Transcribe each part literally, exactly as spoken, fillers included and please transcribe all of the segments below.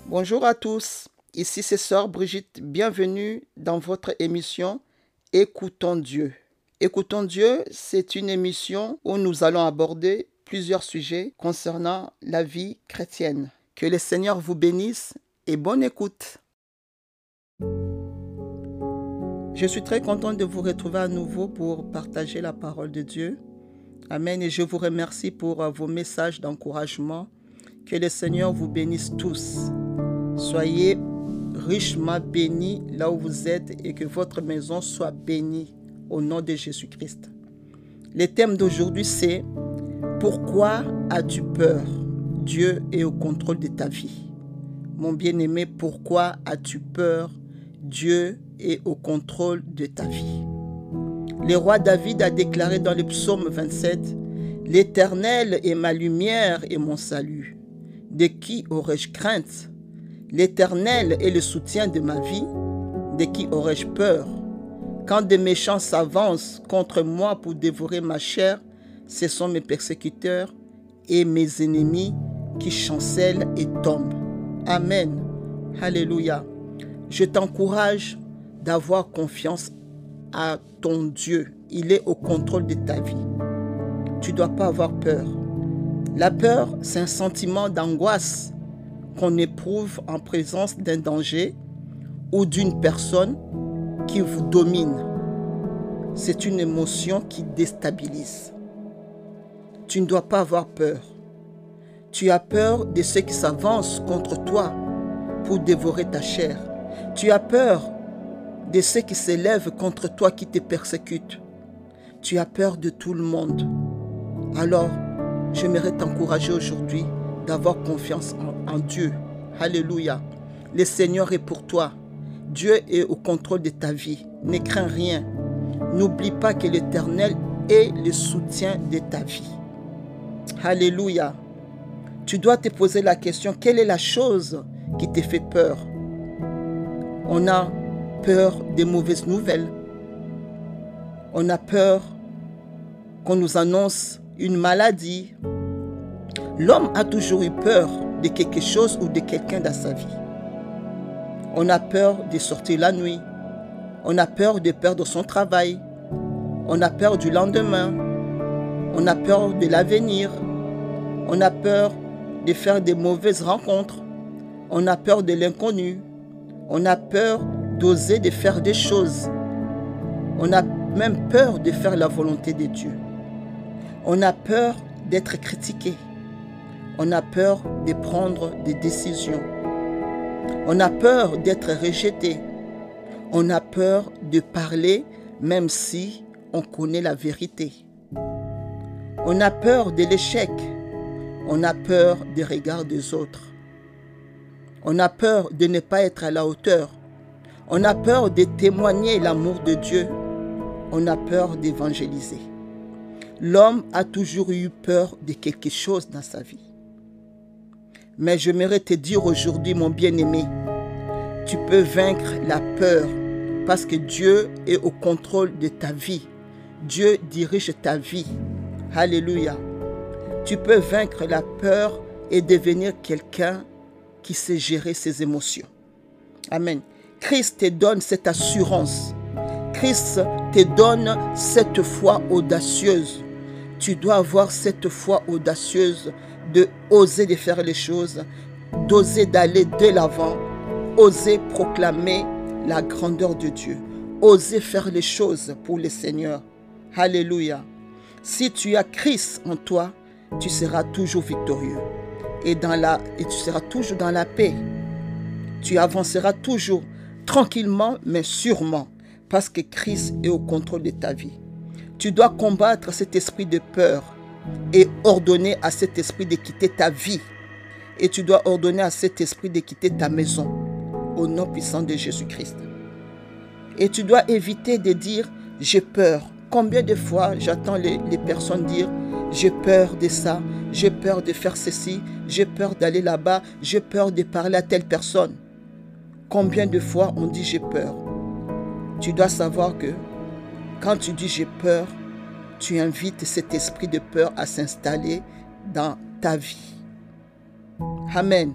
Bonjour à tous, ici c'est Sœur Brigitte, bienvenue dans votre émission Écoutons Dieu. Écoutons Dieu, c'est une émission où nous allons aborder plusieurs sujets concernant la vie chrétienne. Que le Seigneur vous bénisse et bonne écoute. Je suis très content de vous retrouver à nouveau pour partager la parole de Dieu. Amen. Et je vous remercie pour vos messages d'encouragement. Que le Seigneur vous bénisse tous. Soyez richement bénis là où vous êtes et que votre maison soit bénie au nom de Jésus-Christ. Le thème d'aujourd'hui, c'est « Pourquoi as-tu peur? Dieu est au contrôle de ta vie. » Mon bien-aimé, pourquoi as-tu peur? Dieu est au contrôle de ta vie. Le roi David a déclaré dans le psaume vingt-sept « L'Éternel est ma lumière et mon salut. De qui aurais-je crainte? L'Éternel est le soutien de ma vie. De qui aurais-je peur? Quand des méchants s'avancent contre moi pour dévorer ma chair, ce sont mes persécuteurs et mes ennemis qui chancellent et tombent. » Amen. Alléluia. Je t'encourage d'avoir confiance à ton Dieu. Il est au contrôle de ta vie. Tu ne dois pas avoir peur. La peur, c'est un sentiment d'angoisse qu'on éprouve en présence d'un danger ou d'une personne qui vous domine. C'est une émotion qui déstabilise. Tu ne dois pas avoir peur. Tu as peur de ceux qui s'avancent contre toi pour dévorer ta chair. Tu as peur de ceux qui s'élèvent contre toi, qui te persécutent. Tu as peur de tout le monde. Alors, j'aimerais t'encourager aujourd'hui d'avoir confiance en, en Dieu. Alléluia. Le Seigneur est pour toi. Dieu est au contrôle de ta vie. Ne crains rien. N'oublie pas que l'Éternel est le soutien de ta vie. Alléluia. Tu dois te poser la question, quelle est la chose qui te fait peur? On a peur des mauvaises nouvelles. On a peur qu'on nous annonce une maladie. L'homme a toujours eu peur de quelque chose ou de quelqu'un dans sa vie. On a peur de sortir la nuit. On a peur de perdre son travail. On a peur du lendemain. On a peur de l'avenir. On a peur de faire des mauvaises rencontres. On a peur de l'inconnu. On a peur d'oser de faire des choses. On a même peur de faire la volonté de Dieu. On a peur d'être critiqué. On a peur de prendre des décisions. On a peur d'être rejeté. On a peur de parler même si on connaît la vérité. On a peur de l'échec. On a peur des regards des autres. On a peur de ne pas être à la hauteur. On a peur de témoigner l'amour de Dieu. On a peur d'évangéliser. L'homme a toujours eu peur de quelque chose dans sa vie. Mais j'aimerais te dire aujourd'hui, mon bien-aimé, tu peux vaincre la peur parce que Dieu est au contrôle de ta vie. Dieu dirige ta vie. Alléluia. Tu peux vaincre la peur et devenir quelqu'un qui sait gérer ses émotions. Amen. Christ te donne cette assurance. Christ te donne cette foi audacieuse. Tu dois avoir cette foi audacieuse de oser de faire les choses, d'oser d'aller de l'avant, oser proclamer la grandeur de Dieu, oser faire les choses pour le Seigneur. Alléluia. Si tu as Christ en toi, tu seras toujours victorieux. Et, dans la, et tu seras toujours dans la paix. Tu avanceras toujours tranquillement, mais sûrement, parce que Christ est au contrôle de ta vie. Tu dois combattre cet esprit de peur et ordonner à cet esprit de quitter ta vie. Et tu dois ordonner à cet esprit de quitter ta maison, au nom puissant de Jésus-Christ. Et tu dois éviter de dire « j'ai peur ». Combien de fois j'entends les, les personnes dire « j'ai peur de ça, j'ai peur de faire ceci, j'ai peur d'aller là-bas, j'ai peur de parler à telle personne ». Combien de fois on dit « j'ai peur ». Tu dois savoir que quand tu dis « j'ai peur », tu invites cet esprit de peur à s'installer dans ta vie. Amen.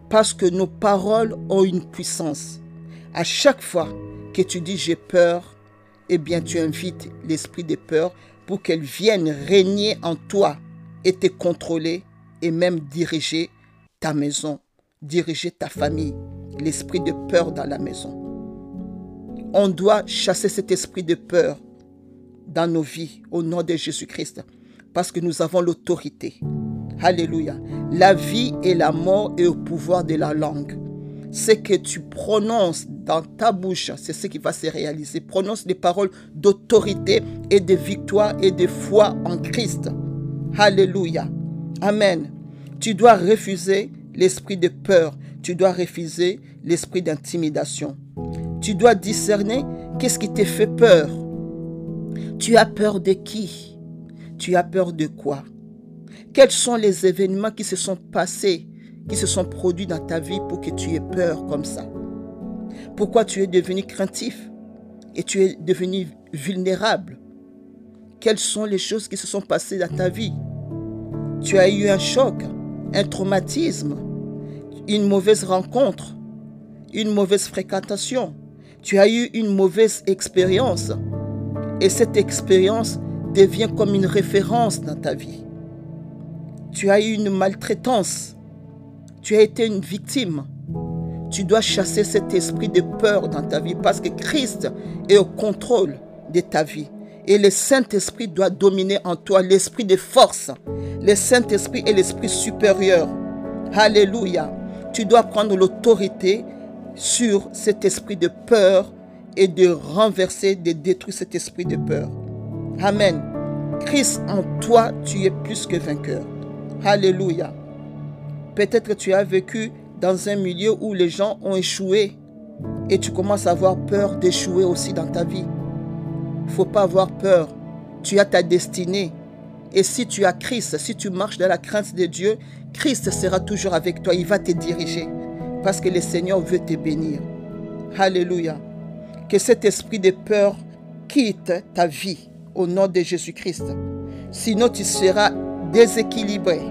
Parce que nos paroles ont une puissance. À chaque fois que tu dis j'ai peur, eh bien tu invites l'esprit de peur pour qu'elle vienne régner en toi et te contrôler et même diriger ta maison, diriger ta famille. L'esprit de peur dans la maison. On doit chasser cet esprit de peur dans nos vies au nom de Jésus-Christ parce que nous avons l'autorité. Alléluia. La vie et la mort est au pouvoir de la langue. Ce que tu prononces dans ta bouche, c'est ce qui va se réaliser. Prononce des paroles d'autorité et de victoire et de foi en Christ. Alléluia. Amen. Tu dois refuser l'esprit de peur. Tu dois refuser l'esprit d'intimidation. Tu dois discerner qu'est-ce qui te fait peur. Tu as peur de qui? Tu as peur de quoi? Quels sont les événements qui se sont passés, qui se sont produits dans ta vie pour que tu aies peur comme ça? Pourquoi tu es devenu craintif et tu es devenu vulnérable? Quelles sont les choses qui se sont passées dans ta vie? Tu as eu un choc, un traumatisme, une mauvaise rencontre, une mauvaise fréquentation. Tu as eu une mauvaise expérience et cette expérience devient comme une référence dans ta vie. Tu as eu une maltraitance. Tu as été une victime. Tu dois chasser cet esprit de peur dans ta vie parce que Christ est au contrôle de ta vie. Et le Saint-Esprit doit dominer en toi l'esprit de force. Le Saint-Esprit est l'esprit supérieur. Alléluia. Tu dois prendre l'autorité sur cet esprit de peur et de renverser, de détruire cet esprit de peur. Amen. Christ en toi, tu es plus que vainqueur. Alléluia. Peut-être que tu as vécu dans un milieu où les gens ont échoué et tu commences à avoir peur d'échouer aussi dans ta vie. Il ne faut pas avoir peur. Tu as ta destinée. Et si tu as Christ, si tu marches dans la crainte de Dieu, Christ sera toujours avec toi. Il va te diriger parce que le Seigneur veut te bénir. Alléluia. Que cet esprit de peur quitte ta vie au nom de Jésus-Christ. Sinon, tu seras déséquilibré.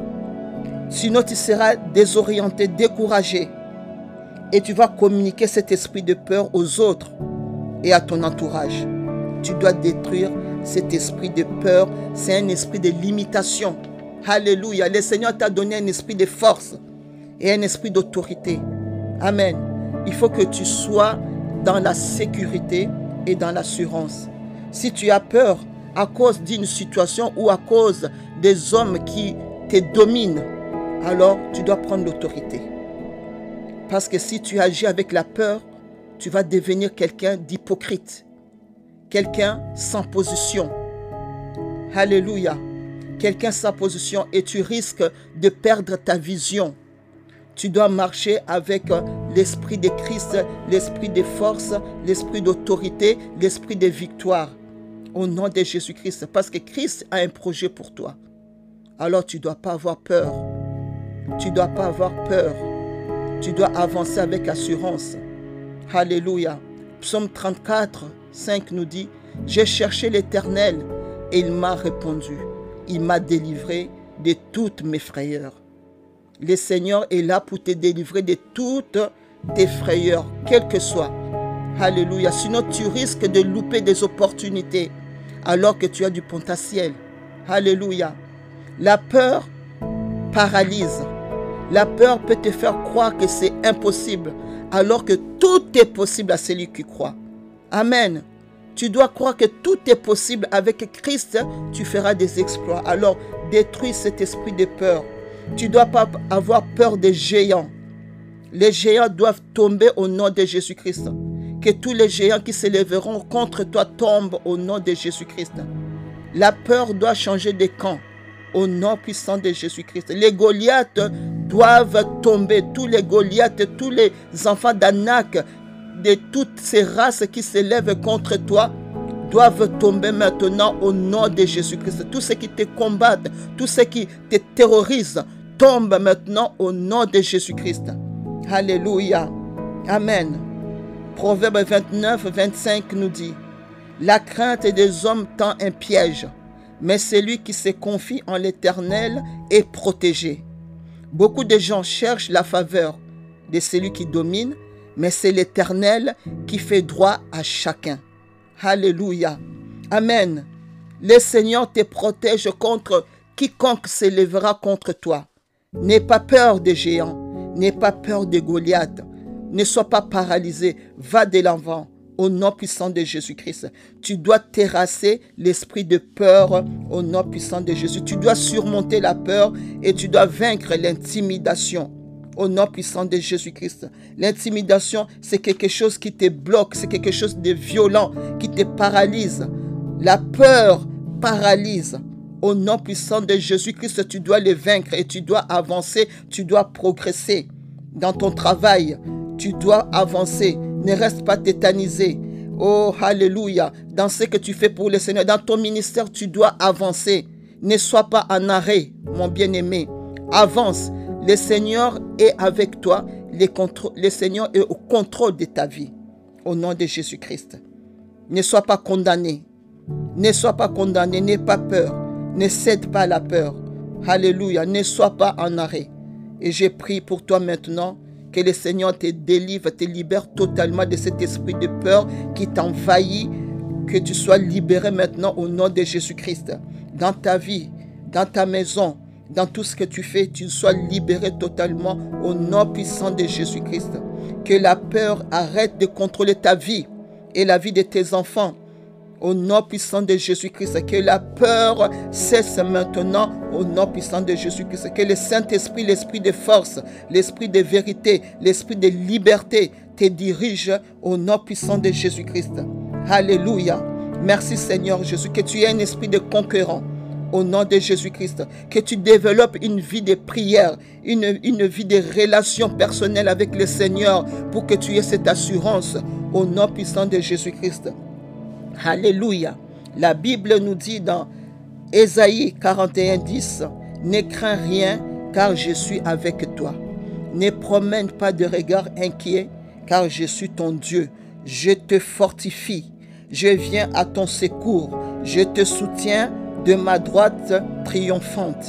Sinon, tu seras désorienté, découragé. Et tu vas communiquer cet esprit de peur aux autres et à ton entourage. Tu dois détruire cet esprit de peur. C'est un esprit de limitation. Alléluia. Le Seigneur t'a donné un esprit de force et un esprit d'autorité. Amen. Il faut que tu sois dans la sécurité et dans l'assurance. Si tu as peur à cause d'une situation ou à cause des hommes qui te dominent, alors tu dois prendre l'autorité. Parce que si tu agis avec la peur, tu vas devenir quelqu'un d'hypocrite. Quelqu'un sans position. Alléluia. Quelqu'un sans position et tu risques de perdre ta vision. Tu dois marcher avec l'esprit de Christ, l'esprit de force, l'esprit d'autorité, l'esprit de victoire. Au nom de Jésus-Christ. Parce que Christ a un projet pour toi. Alors tu ne dois pas avoir peur. Tu ne dois pas avoir peur. Tu dois avancer avec assurance. Alléluia. Psaume trente-quatre, cinq nous dit, « J'ai cherché l'Éternel et il m'a répondu. Il m'a délivré de toutes mes frayeurs. » Le Seigneur est là pour te délivrer de toutes tes frayeurs, quelles que soient. Alléluia. Sinon, tu risques de louper des opportunités alors que tu as du potentiel. Alléluia. La peur paralyse. La peur peut te faire croire que c'est impossible alors que tout est possible à celui qui croit. Amen. Tu dois croire que tout est possible. Avec Christ, tu feras des exploits. Alors, détruis cet esprit de peur. Tu ne dois pas avoir peur des géants. Les géants doivent tomber au nom de Jésus-Christ. Que tous les géants qui se lèveront contre toi tombent au nom de Jésus-Christ. La peur doit changer de camp au nom puissant de Jésus-Christ. Les Goliaths doivent tomber. Tous les Goliaths, tous les enfants d'Anak, de toutes ces races qui se lèvent contre toi, doivent tomber maintenant au nom de Jésus-Christ. Tous ceux qui te combattent, tous ceux qui te terrorisent, tombent maintenant au nom de Jésus-Christ. Alléluia. Amen. Proverbe vingt-neuf, vingt-cinq nous dit, « La crainte des hommes tend un piège, mais celui qui se confie en l'Éternel est protégé. Beaucoup de gens cherchent la faveur de celui qui domine, mais c'est l'Éternel qui fait droit à chacun. Alléluia. Amen. Le Seigneur te protège contre quiconque s'élèvera contre toi. N'aie pas peur des géants, n'aie pas peur de Goliath, ne sois pas paralysé, va de l'avant. Au nom puissant de Jésus-Christ, tu dois terrasser l'esprit de peur au nom puissant de Jésus. Tu dois surmonter la peur et tu dois vaincre l'intimidation au nom puissant de Jésus-Christ. L'intimidation, c'est quelque chose qui te bloque, c'est quelque chose de violent, qui te paralyse. La peur paralyse. Au nom puissant de Jésus-Christ, tu dois le vaincre et tu dois avancer, tu dois progresser dans ton travail. Tu dois avancer. Ne reste pas tétanisé. Oh, alléluia. Dans ce que tu fais pour le Seigneur, dans ton ministère, tu dois avancer. Ne sois pas en arrêt, mon bien-aimé. Avance. Le Seigneur est avec toi. Le, le Seigneur est au contrôle de ta vie. Au nom de Jésus-Christ. Ne sois pas condamné. Ne sois pas condamné. N'aie pas peur. Ne cède pas à la peur. Alléluia. Ne sois pas en arrêt. Et j'ai prié pour toi maintenant. Que le Seigneur te délivre, te libère totalement de cet esprit de peur qui t'envahit. Que tu sois libéré maintenant au nom de Jésus-Christ. Dans ta vie, dans ta maison, dans tout ce que tu fais, tu sois libéré totalement au nom puissant de Jésus-Christ. Que la peur arrête de contrôler ta vie et la vie de tes enfants. Au nom puissant de Jésus-Christ, que la peur cesse maintenant au nom puissant de Jésus-Christ. Que le Saint-Esprit, l'esprit de force, l'esprit de vérité, l'esprit de liberté te dirige au nom puissant de Jésus-Christ. Alléluia. Merci Seigneur Jésus, que tu aies un esprit de conquérant au nom de Jésus-Christ. Que tu développes une vie de prière, une, une vie de relation personnelle avec le Seigneur pour que tu aies cette assurance au nom puissant de Jésus-Christ. Alléluia. La Bible nous dit dans Ésaïe quarante et un, dix, « Ne crains rien, car je suis avec toi. Ne promène pas de regard inquiet, car je suis ton Dieu. Je te fortifie. Je viens à ton secours. Je te soutiens de ma droite triomphante. »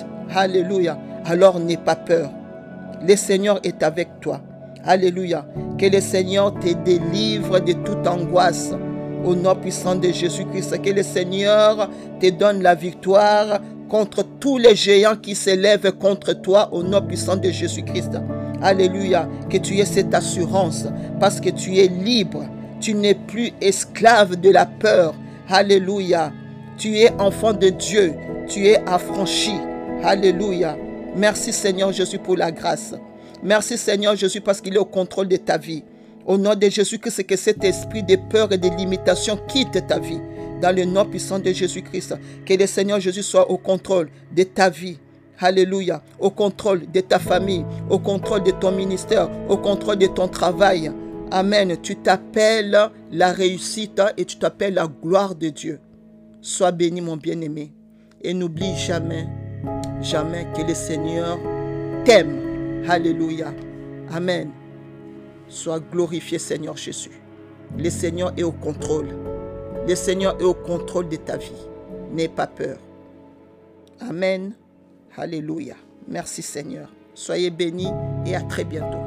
Alléluia. Alors n'aie pas peur. Le Seigneur est avec toi. Alléluia. Que le Seigneur te délivre de toute angoisse. Au nom puissant de Jésus-Christ, que le Seigneur te donne la victoire contre tous les géants qui s'élèvent contre toi au nom puissant de Jésus-Christ. Alléluia, que tu aies cette assurance parce que tu es libre. Tu n'es plus esclave de la peur. Alléluia, tu es enfant de Dieu. Tu es affranchi. Alléluia. Merci Seigneur Jésus pour la grâce. Merci Seigneur Jésus parce qu'il est au contrôle de ta vie. Au nom de Jésus-Christ, que cet esprit de peur et de limitation quitte ta vie. Dans le nom puissant de Jésus-Christ, que le Seigneur Jésus soit au contrôle de ta vie. Alléluia. Au contrôle de ta famille, au contrôle de ton ministère, au contrôle de ton travail. Amen. Tu t'appelles la réussite et tu t'appelles la gloire de Dieu. Sois béni, mon bien-aimé. Et n'oublie jamais, jamais que le Seigneur t'aime. Alléluia. Amen. Sois glorifié, Seigneur Jésus. Le Seigneur est au contrôle. Le Seigneur est au contrôle de ta vie. N'aie pas peur. Amen. Alléluia. Merci Seigneur. Soyez bénis et à très bientôt.